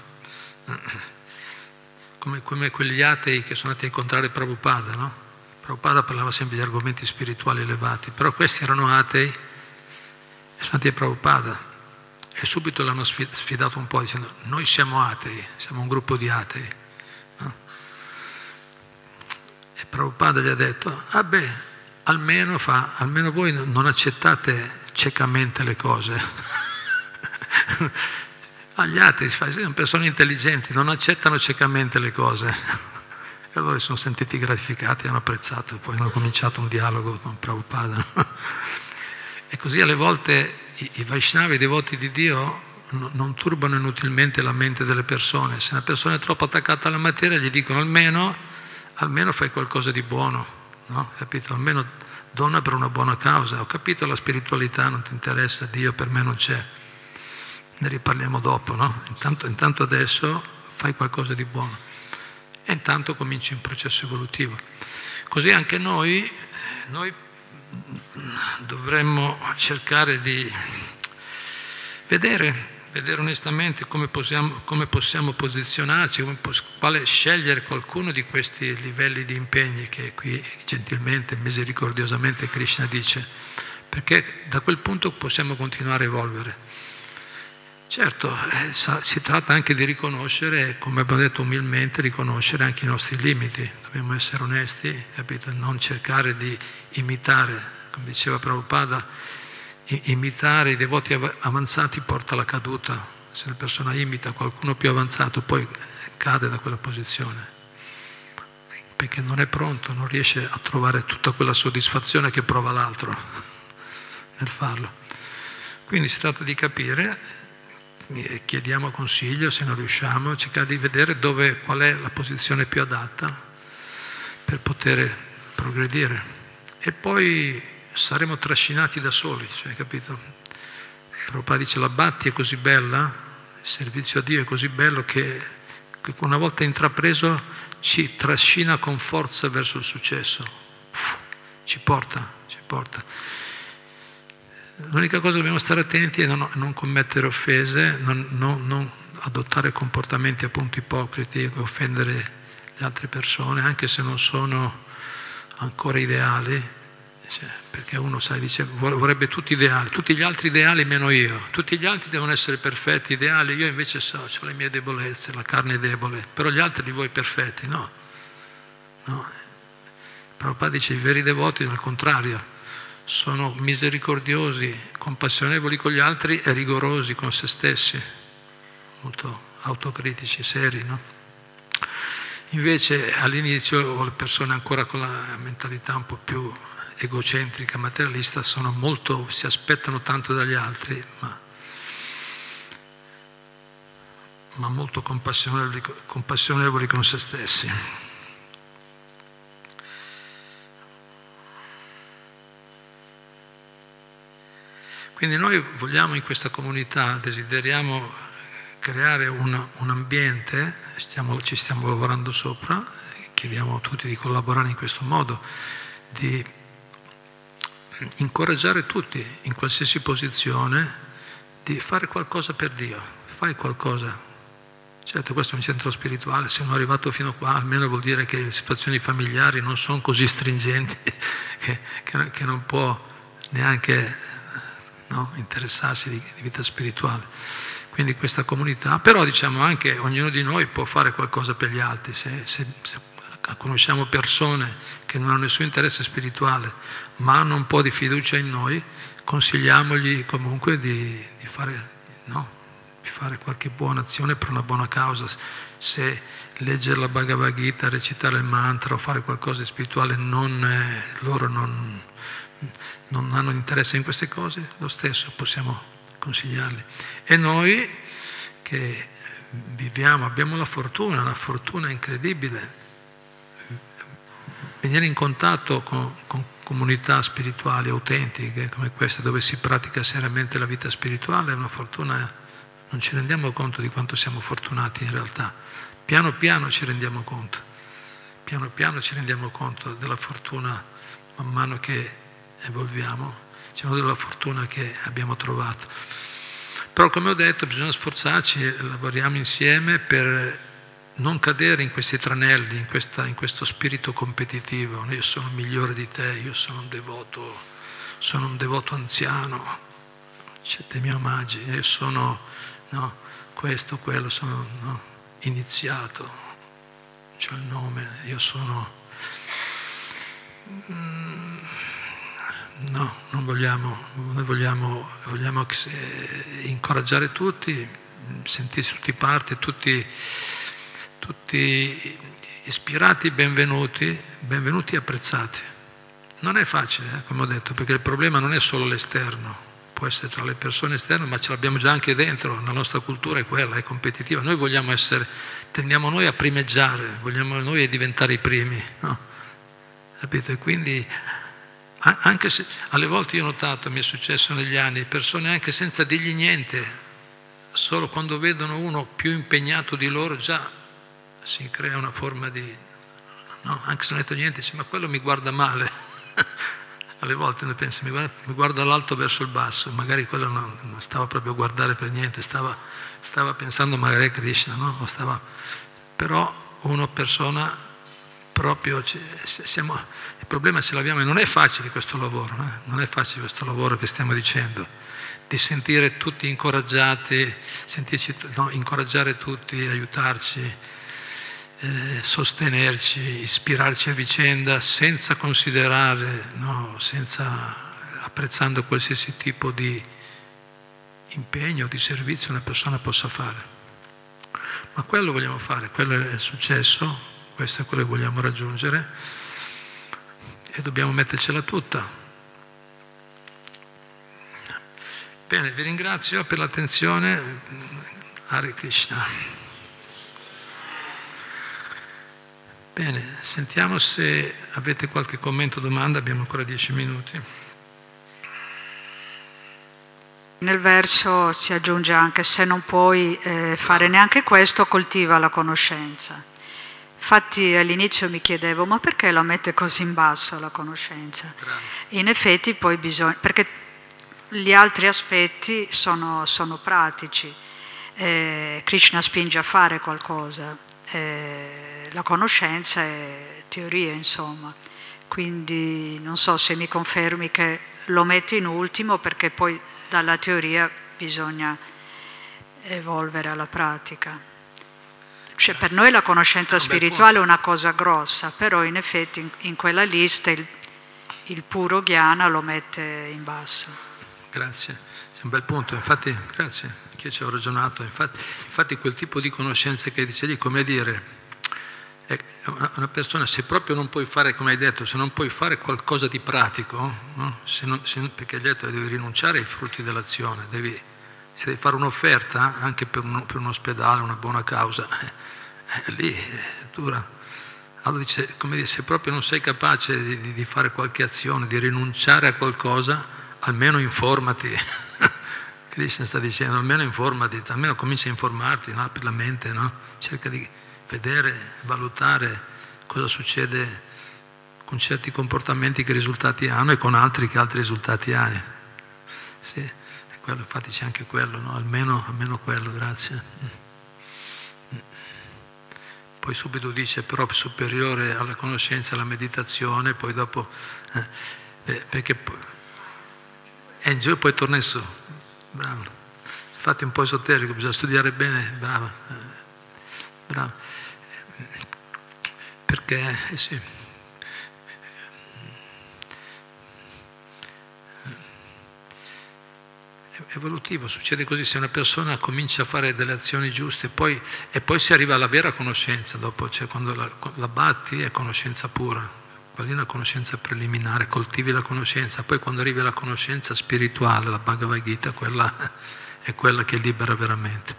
Come, come quegli atei che sono andati a incontrare Prabhupada, no? Prabhupada parlava sempre di argomenti spirituali elevati, però questi erano atei e sono andati a Prabhupada e subito l'hanno sfidato un po' dicendo noi siamo atei, siamo un gruppo di atei. Prabhupada gli ha detto, ah beh, almeno, fa, almeno voi non accettate ciecamente le cose. Agli altri si fa, sono persone intelligenti, non accettano ciecamente le cose. E allora si sono sentiti gratificati, hanno apprezzato, e poi hanno cominciato un dialogo con Prabhupada. E così alle volte i, i Vaishnava, i devoti di Dio, no, non turbano inutilmente la mente delle persone. Se una persona è troppo attaccata alla materia, gli dicono almeno, almeno fai qualcosa di buono, no? Capito? Almeno dona per una buona causa. Ho capito, la spiritualità non ti interessa, Dio per me non c'è. Ne riparliamo dopo, no? Intanto, intanto adesso fai qualcosa di buono. E intanto cominci un processo evolutivo. Così anche noi, noi dovremmo cercare di vedere, vedere onestamente come possiamo, come possiamo posizionarci, come poss- quale scegliere qualcuno di questi livelli di impegni che qui gentilmente, misericordiosamente Krishna dice, perché da quel punto possiamo continuare a evolvere. Certo, eh, sa, si tratta anche di riconoscere, come abbiamo detto umilmente, riconoscere anche i nostri limiti. Dobbiamo essere onesti, capito? Non cercare di imitare, come diceva Prabhupada, i, imitare i devoti av- avanzati porta alla caduta. Se la persona imita qualcuno più avanzato, poi cade da quella posizione, perché non è pronto, non riesce a trovare tutta quella soddisfazione che prova l'altro nel farlo. Quindi si tratta di capire, chiediamo consiglio se non riusciamo, cercare di vedere dove, qual è la posizione più adatta per poter progredire, e poi saremo trascinati da soli, cioè, capito? Prabhupada dice, la bhakti è così bella, il servizio a Dio è così bello che, che una volta intrapreso ci trascina con forza verso il successo, ci porta, ci porta. L'unica cosa che dobbiamo stare attenti è non, non commettere offese, non, non, non adottare comportamenti appunto ipocriti, offendere le altre persone, anche se non sono ancora ideali, cioè, perché uno, sai, dice, vorrebbe tutti ideali, tutti gli altri ideali meno io, tutti gli altri devono essere perfetti, ideali, io invece so, ho le mie debolezze, la carne è debole, però gli altri li vuoi perfetti, no? No. Prabhupada dice, i veri devoti al contrario, sono misericordiosi, compassionevoli con gli altri e rigorosi con se stessi, molto autocritici, seri, no? Invece all'inizio le persone ancora con la mentalità un po' più egocentrica, materialista, sono molto, si aspettano tanto dagli altri, ma, ma molto compassionevoli, compassionevoli con se stessi. Quindi noi vogliamo in questa comunità, desideriamo creare un, un ambiente, stiamo, ci stiamo lavorando sopra, chiediamo a tutti di collaborare in questo modo, di incoraggiare tutti in qualsiasi posizione di fare qualcosa per Dio, fai qualcosa. Certo, questo è un centro spirituale, se uno è arrivato fino a qua almeno vuol dire che le situazioni familiari non sono così stringenti che, che, che non può neanche... no? interessarsi di, di vita spirituale. Quindi questa comunità, però diciamo anche ognuno di noi può fare qualcosa per gli altri, se, se, se conosciamo persone che non hanno nessun interesse spirituale ma hanno un po' di fiducia in noi, consigliamogli comunque di, di, fare, no? di fare qualche buona azione per una buona causa. Se leggere la Bhagavad Gita, recitare il mantra o fare qualcosa di spirituale non è, loro non non hanno interesse in queste cose, lo stesso possiamo consigliarli. E noi che viviamo, abbiamo la fortuna, una fortuna incredibile, venire in contatto con, con comunità spirituali autentiche come queste, dove si pratica seriamente la vita spirituale, è una fortuna, non ci rendiamo conto di quanto siamo fortunati in realtà. Piano piano ci rendiamo conto, piano piano ci rendiamo conto della fortuna man mano che evolviamo, diciamo, della fortuna che abbiamo trovato. Però come ho detto bisogna sforzarci, lavoriamo insieme per non cadere in questi tranelli, in, questa, in questo spirito competitivo. Io sono migliore di te, io sono un devoto, sono un devoto anziano, accettami omaggi, io sono no, questo, quello, sono no, iniziato, c'ho il nome, io sono... No, non vogliamo, noi vogliamo, vogliamo incoraggiare tutti, sentirsi tutti parte, tutti, tutti ispirati, benvenuti, benvenuti e apprezzati. Non è facile, eh, come ho detto, perché il problema non è solo l'esterno, può essere tra le persone esterne, ma ce l'abbiamo già anche dentro, la nostra cultura è quella, è competitiva. Noi vogliamo essere, tendiamo noi a primeggiare, vogliamo noi a diventare i primi, no? Capito? E quindi anche se alle volte io ho notato, mi è successo negli anni, persone anche senza dirgli niente, solo quando vedono uno più impegnato di loro già si crea una forma di, no? Anche se non ha detto niente, dice, ma quello mi guarda male. Alle volte uno pensa, mi guarda, mi guarda dall'alto verso il basso, magari quello non, non stava proprio a guardare per niente, stava, stava pensando magari a Krishna, no? O stava, però una persona proprio, siamo, il problema ce l'abbiamo e non è facile questo lavoro, eh? Non è facile questo lavoro che stiamo dicendo, di sentire tutti incoraggiati, sentirci, no, incoraggiare tutti, aiutarci, eh, sostenerci, ispirarci a vicenda senza considerare, no, senza, apprezzando qualsiasi tipo di impegno, di servizio una persona possa fare. Ma quello vogliamo fare, quello è il successo. Questo è quello che vogliamo raggiungere e dobbiamo mettercela tutta. Bene, vi ringrazio per l'attenzione. Hare Krishna. Bene, sentiamo se avete qualche commento o domanda, abbiamo ancora dieci minuti. Nel verso si aggiunge anche: se non puoi eh, fare neanche questo, coltiva la conoscenza. Infatti all'inizio mi chiedevo, ma perché la mette così in basso la conoscenza? Bravo. In effetti poi bisogna, perché gli altri aspetti sono, sono pratici. Eh, Krishna spinge a fare qualcosa, eh, la conoscenza è teoria, insomma. Quindi non so se mi confermi che lo metti in ultimo, perché poi dalla teoria bisogna evolvere alla pratica. Cioè, per noi la conoscenza spirituale è una cosa grossa, però in effetti in, in quella lista il, il puro jnana lo mette in basso. Grazie, è un bel punto, infatti, grazie, che ci ho ragionato, infatti, infatti quel tipo di conoscenza che dice lì, come dire, è una persona, se proprio non puoi fare, come hai detto, se non puoi fare qualcosa di pratico, no? se non, se non, perché hai detto che devi rinunciare ai frutti dell'azione, devi, se devi fare un'offerta anche per un, per un ospedale, una buona causa, eh, lì è dura. Allora dice, come dire, se proprio non sei capace di, di, di fare qualche azione, di rinunciare a qualcosa, almeno informati. Krishna sta dicendo, almeno informati, almeno comincia a informarti, no? Per la mente, no? Cerca di vedere, valutare cosa succede con certi comportamenti, che risultati hanno, e con altri che altri risultati hai. Sì. Quello, infatti c'è anche quello, no? almeno, almeno quello, grazie. Poi subito dice però superiore alla conoscenza, alla meditazione, poi dopo, eh, perché è in giù e poi torna in su. Bravo. Infatti è un po' esoterico, bisogna studiare bene, bravo. Bravo. Perché, eh sì. Evolutivo, succede così, se una persona comincia a fare delle azioni giuste poi, e poi si arriva alla vera conoscenza, dopo, cioè quando la, la batti è conoscenza pura, quella è una conoscenza preliminare, coltivi la conoscenza, poi quando arrivi alla conoscenza spirituale, la Bhagavad Gita, quella è quella che libera veramente.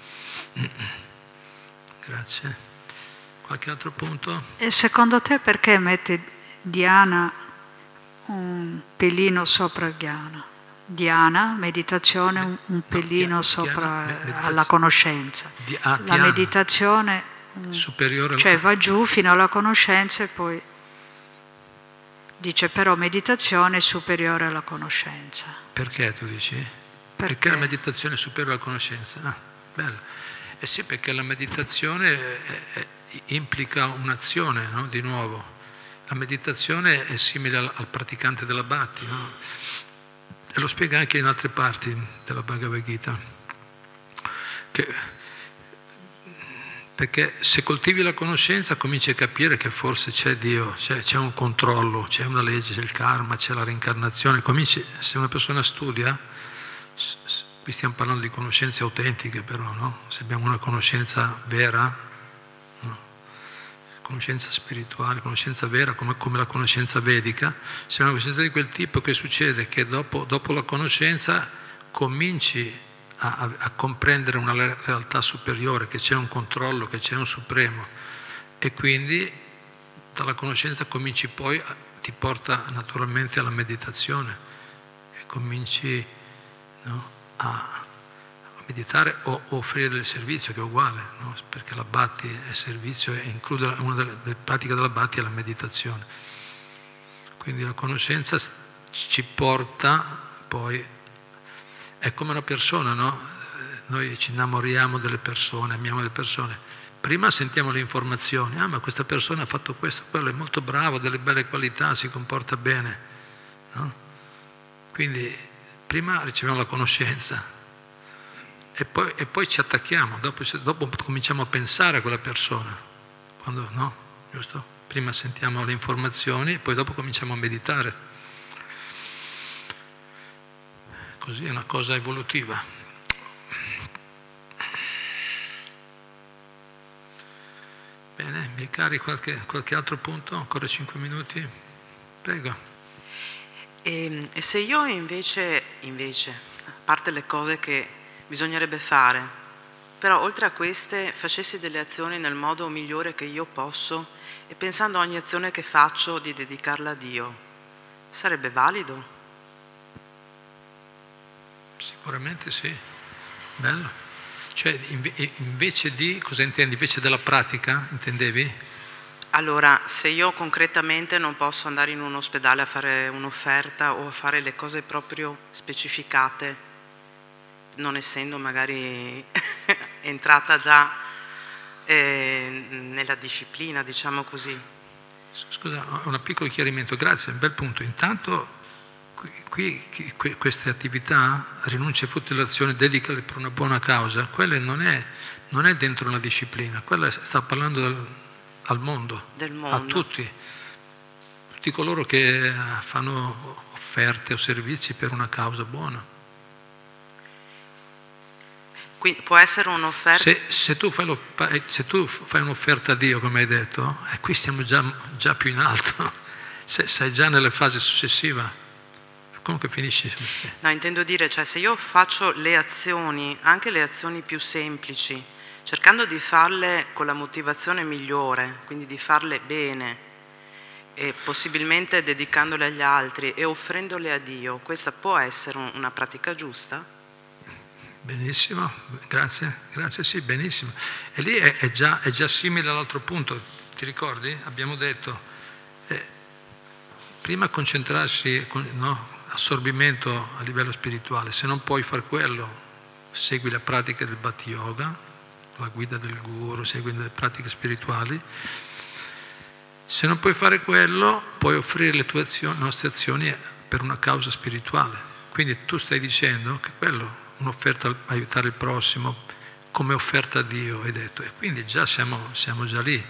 Grazie. Qualche altro punto? E secondo te perché mette dhyana un pelino sopra il jnana? Dhyana, meditazione, un, un pelino no, sopra dhyana, alla conoscenza. Di, ah, la meditazione superiore, cioè va giù fino alla conoscenza e poi dice però meditazione è superiore alla conoscenza. Perché tu dici? Perché, perché la meditazione è superiore alla conoscenza? Ah, bello. Eh sì, perché la meditazione è, è, implica un'azione, no? Di nuovo. La meditazione è simile al, al praticante della Bhakti, no? E lo spiega anche in altre parti della Bhagavad Gita, che Perché se coltivi la conoscenza cominci a capire che forse c'è Dio, c'è, c'è un controllo, c'è una legge, c'è il karma, c'è la reincarnazione. Cominci, se una persona studia, qui stiamo parlando di conoscenze autentiche però, no? Se abbiamo una conoscenza vera, no? Conoscenza spirituale, conoscenza vera come, come la conoscenza vedica, se è una conoscenza di quel tipo, che succede? Che dopo, dopo la conoscenza cominci A, a, a comprendere una realtà superiore, che c'è un controllo, che c'è un supremo, e quindi dalla conoscenza cominci poi, ti porta naturalmente alla meditazione e cominci, no, a, a meditare o, o offrire del servizio, che è uguale, no? Perché l'abbatti è servizio e include una delle, delle pratiche dell'abbatti è la meditazione. Quindi la conoscenza ci porta poi. È come una persona, no? Noi ci innamoriamo delle persone, amiamo le persone. Prima sentiamo le informazioni, ah ma questa persona ha fatto questo, quello, è molto bravo, ha delle belle qualità, si comporta bene, no? Quindi prima riceviamo la conoscenza e poi, e poi ci attacchiamo, dopo, dopo cominciamo a pensare a quella persona, quando, no? Giusto? Prima sentiamo le informazioni e poi dopo cominciamo a meditare. Così è una cosa evolutiva. Bene, miei cari, qualche, qualche altro punto? Ancora cinque minuti? Prego. E, e se io invece, invece, a parte le cose che bisognerebbe fare, però oltre a queste facessi delle azioni nel modo migliore che io posso e pensando a ogni azione che faccio di dedicarla a Dio, sarebbe valido? Sicuramente sì, bello. Cioè invece di, cosa intendi? Invece della pratica, intendevi? Allora, se io concretamente non posso andare in un ospedale a fare un'offerta o a fare le cose proprio specificate, non essendo magari entrata già eh, nella disciplina, diciamo così. Scusa, un piccolo chiarimento, grazie, un bel punto. Intanto Qui, qui queste attività, rinuncia a tutte le azioni, dedicale per una buona causa, quelle non è, non è dentro una disciplina, quella sta parlando del, al mondo, del mondo, a tutti, tutti coloro che fanno offerte o servizi per una causa buona. Quindi può essere un'offerta? Se, se, tu fai se tu fai un'offerta a Dio, come hai detto, eh, qui stiamo già, già più in alto, se, sei già nella fase successiva. Comunque finisci. No, intendo dire, cioè se io faccio le azioni, anche le azioni più semplici, cercando di farle con la motivazione migliore, quindi di farle bene e possibilmente dedicandole agli altri e offrendole a Dio, questa può essere una pratica giusta? Benissimo, grazie, grazie, sì, benissimo. E lì è, è, già, è già simile all'altro punto, ti ricordi? Abbiamo detto, eh, prima concentrarsi, no? Assorbimento a livello spirituale, se non puoi far quello, segui la pratica del Bhakti Yoga, la guida del guru, segui le pratiche spirituali. Se non puoi fare quello, puoi offrire le tue azioni, le nostre azioni per una causa spirituale. Quindi tu stai dicendo che quello, un'offerta a aiutare il prossimo, come offerta a Dio, hai detto, e quindi già siamo, siamo già lì.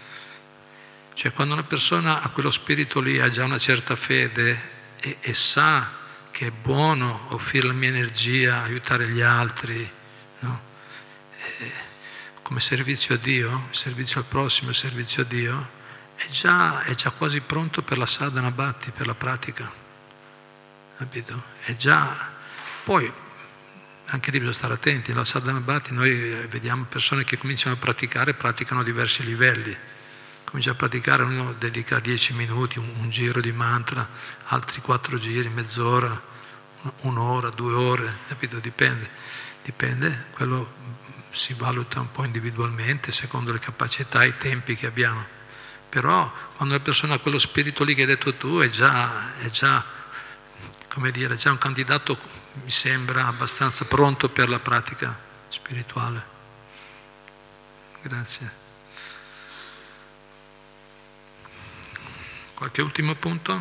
Cioè quando una persona ha quello spirito lì, ha già una certa fede, E, e sa che è buono offrire la mia energia, aiutare gli altri, no? E, come servizio a Dio, servizio al prossimo, servizio a Dio, è già, è già quasi pronto per la sadhana bhakti, per la pratica, capito? È già, poi anche lì bisogna stare attenti, la sadhana bhakti noi vediamo persone che cominciano a praticare, praticano a diversi livelli. Comincia a praticare, uno dedica dieci minuti, un, un giro di mantra, altri quattro giri, mezz'ora, un'ora, due ore, capito? Dipende, dipende, quello si valuta un po' individualmente, secondo le capacità e i tempi che abbiamo. Però quando una persona ha quello spirito lì che hai detto tu, è già, è già, come dire, è già un candidato, mi sembra, abbastanza pronto per la pratica spirituale. Grazie. Qualche ultimo punto?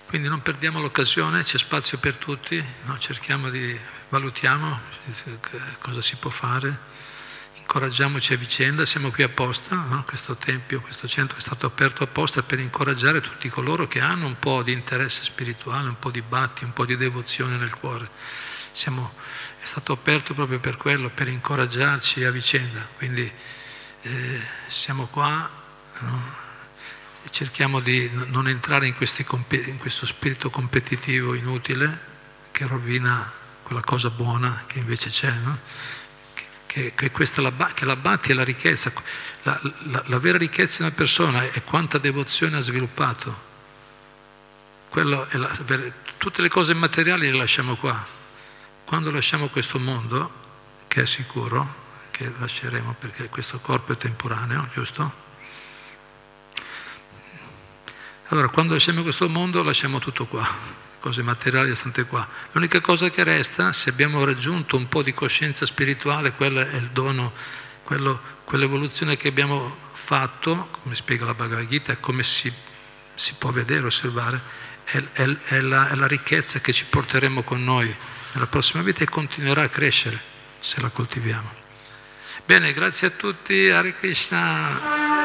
Quindi non perdiamo l'occasione, c'è spazio per tutti, no? Cerchiamo di, valutiamo cosa si può fare, incoraggiamoci a vicenda, siamo qui apposta, no? Questo tempio, questo centro è stato aperto apposta per incoraggiare tutti coloro che hanno un po' di interesse spirituale, un po' di batti, un po' di devozione nel cuore. Siamo, è stato aperto proprio per quello, per incoraggiarci a vicenda, quindi eh, siamo qua, no? E cerchiamo di non entrare in, questi, in questo spirito competitivo inutile che rovina quella cosa buona che invece c'è, no? Che, che, questa la, che la batti è la ricchezza, la, la, la vera ricchezza di una persona è quanta devozione ha sviluppato. Quello è la, tutte le cose materiali le lasciamo qua. Quando lasciamo questo mondo, che è sicuro che lasceremo perché questo corpo è temporaneo, giusto? Allora, quando lasciamo questo mondo, lasciamo tutto qua, cose materiali stanno qua. L'unica cosa che resta, se abbiamo raggiunto un po' di coscienza spirituale, quello è il dono, quello, quell'evoluzione che abbiamo fatto, come spiega la Bhagavad Gita, come si, si può vedere, osservare, è, è, è, la, è la ricchezza che ci porteremo con noi nella prossima vita e continuerà a crescere se la coltiviamo. Bene, grazie a tutti, Hare Krishna.